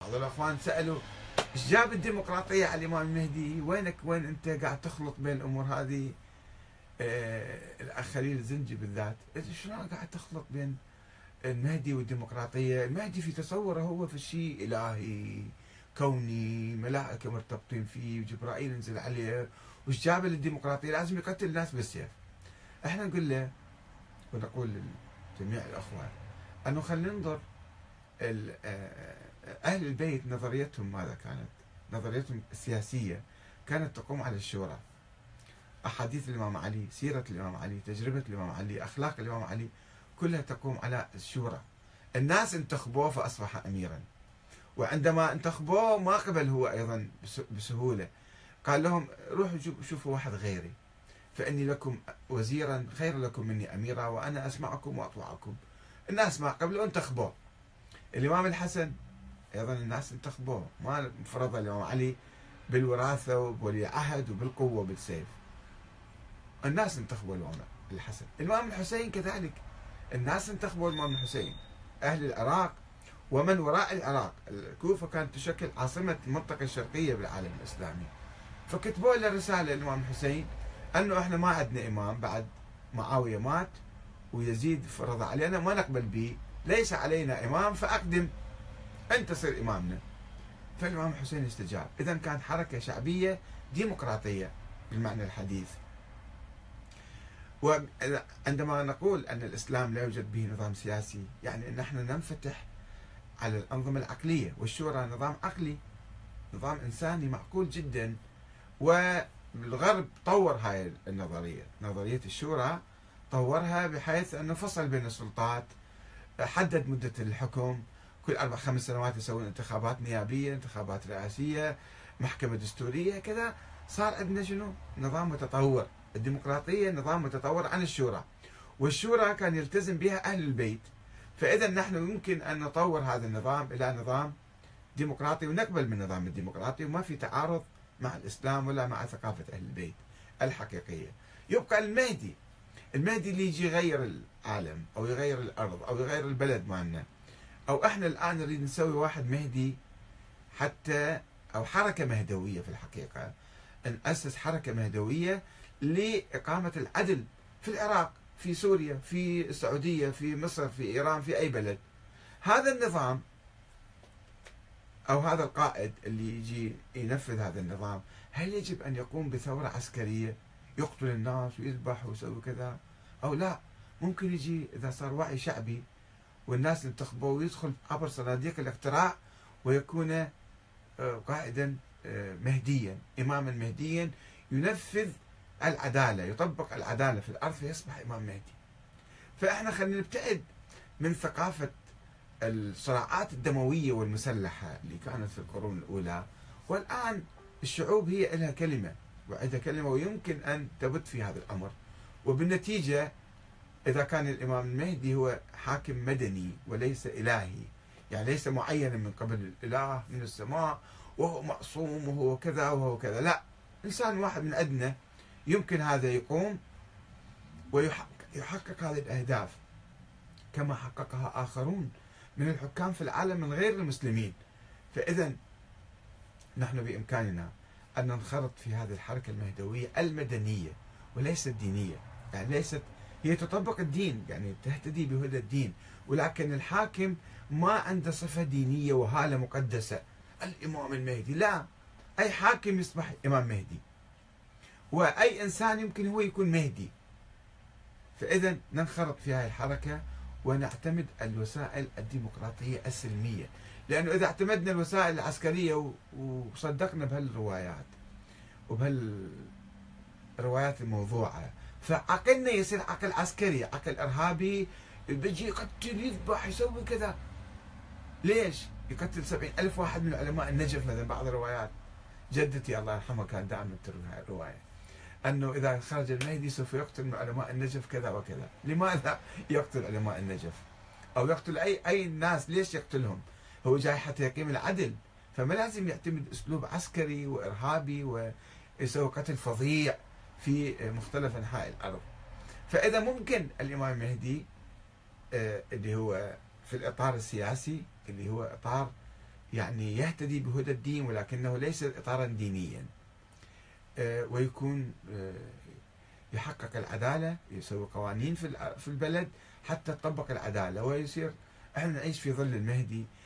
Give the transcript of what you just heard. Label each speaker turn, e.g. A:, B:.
A: بعض الأخوان سألوا ايش جاب الديمقراطية على الإمام المهدي؟ وينك وين أنت قاعد تخلط بين الأمور هذه؟ الأخ خليل الزنجي بالذات شلون قاعد تخلط بين المهدي والديمقراطية؟ المهدي في تصوره هو في شيء إلهي كوني، ملائكة مرتبطين فيه وجبرائيل ينزل عليه، وش جاب للديمقراطية؟ لازم يقتل الناس بالسيف. احنا نقول له ونقول لجميع الأخوان أنه خلينا ننظر أهل البيت نظريتهم ماذا كانت؟ نظريتهم السياسية كانت تقوم على الشورى. أحاديث الإمام علي، سيرة الإمام علي، تجربة الإمام علي، أخلاق الإمام علي كلها تقوم على الشورى. الناس انتخبوه فأصبح أميرا، وعندما انتخبوه ما قبل هو أيضا بسهولة، قال لهم روحوا شوفوا واحد غيري فإني لكم وزيرا خير لكم مني أميرا وأنا أسمعكم وأطوعكم. الناس ما قبله انتخبوه. الإمام الحسن أيضا الناس انتخبوه، ما فرض الإمام علي بالوراثة وبولي عهد وبالقوة وبالسيف. الناس انتخبوا الإمام الحسن. الإمام الحسين كذلك الناس انتخبوا الإمام الحسين. أهل العراق ومن وراء العراق، الكوفة كانت تشكل عاصمة المنطقة الشرقية بالعالم الإسلامي، فكتبوا له رسالة الإمام الحسين أنه إحنا ما عندنا إمام بعد معاوية مات ويزيد فرض علينا ما نقبل به، ليس علينا إمام فأقدم أنت صير إمامنا. فالإمام الحسين استجاب. إذا كانت حركة شعبية ديمقراطية بالمعنى الحديث. وعندما نقول أن الإسلام لا يوجد به نظام سياسي، يعني أن احنا ننفتح على الأنظمة العقلية، والشورى نظام عقلي، نظام إنساني معقول جدا. والغرب طور هاي النظرية، نظرية الشورى طورها بحيث أنه فصل بين السلطات، حدد مدة الحكم، كل 4-5 سنوات يسوون انتخابات نيابية، انتخابات رئاسية، محكمة دستورية، كذا صار عندنا شنو؟ نظام متطور. الديمقراطية نظام متطور عن الشورى، والشورى كان يلتزم بها أهل البيت. فإذا نحن يمكن أن نطور هذا النظام إلى نظام ديمقراطي ونقبل من النظام الديمقراطي، وما في تعارض مع الإسلام ولا مع ثقافة أهل البيت الحقيقية. يبقى المهدي اللي يجي يغير العالم أو يغير الأرض أو يغير البلد مالنا، أو إحنا الآن نريد نسوي واحد مهدي حتى، أو حركة مهدوية في الحقيقة، نأسس حركة مهدوية لإقامة العدل في العراق، في سوريا، في السعودية، في مصر، في إيران، في أي بلد. هذا النظام أو هذا القائد اللي يجي ينفذ هذا النظام، هل يجب أن يقوم بثورة عسكرية يقتل الناس ويذبح ويسوي كذا، أو لا؟ ممكن يجي إذا صار وعي شعبي والناس انتخبوه ويدخل عبر صناديق الاقتراع ويكون قائدا مهديا، إماما مهديا ينفذ العدالة، يطبق العدالة في الأرض فيصبح إمام مهدي. فإحنا خلينا نبتعد من ثقافة الصراعات الدموية والمسلحة اللي كانت في القرون الأولى. والآن الشعوب هي لها كلمة وعندها كلمة، ويمكن أن تبت في هذا الأمر. وبالنتيجة إذا كان الإمام المهدي هو حاكم مدني وليس إلهي، يعني ليس معينا من قبل الإله من السماء وهو معصوم وهو كذا وهو كذا، لا، إنسان واحد من أدنى يمكن هذا يقوم ويحقق هذه الأهداف كما حققها آخرون من الحكام في العالم من غير المسلمين. فإذا نحن بإمكاننا أن ننخرط في هذه الحركة المهدوية المدنية وليست الدينية، يعني ليست هي تطبق الدين، يعني تهتدي بهدى الدين، ولكن الحاكم ما عنده صفة دينية وهالة مقدسة الإمام المهدي، لا، أي حاكم يصبح إمام مهدي، وأي إنسان يمكن هو يكون مهدي. فإذا ننخرط في هذه الحركة ونعتمد الوسائل الديمقراطية السلمية، لأنه إذا اعتمدنا الوسائل العسكرية وصدقنا بهالروايات وبهالروايات الموضوعة، فعقلنا يصير عقل عسكري، عقل إرهابي، بيجي يقتل يذبح يسوي كذا. ليش؟ يقتل 70,000 واحد من علماء النجف مثلا. بعض الروايات جدتي الله يرحمها كانت دائما تروي هاي الرواية، أنه إذا خرج المهدي سوف يقتل من علماء النجف كذا وكذا. لماذا يقتل علماء النجف؟ أو يقتل أي ناس؟ ليش يقتلهم؟ هو جاي حتى يقيم العدل، فما لازم يعتمد أسلوب عسكري وإرهابي ويسوي قتل فظيع في مختلف أنحاء الأرض. فإذا ممكن الإمام المهدي اللي هو في الإطار السياسي، اللي هو إطار يعني يهتدي بهدى الدين ولكنه ليس إطارا دينيا، ويكون يحقق العدالة، يسوي قوانين في البلد حتى تطبق العدالة، ويصير احنا نعيش في ظل المهدي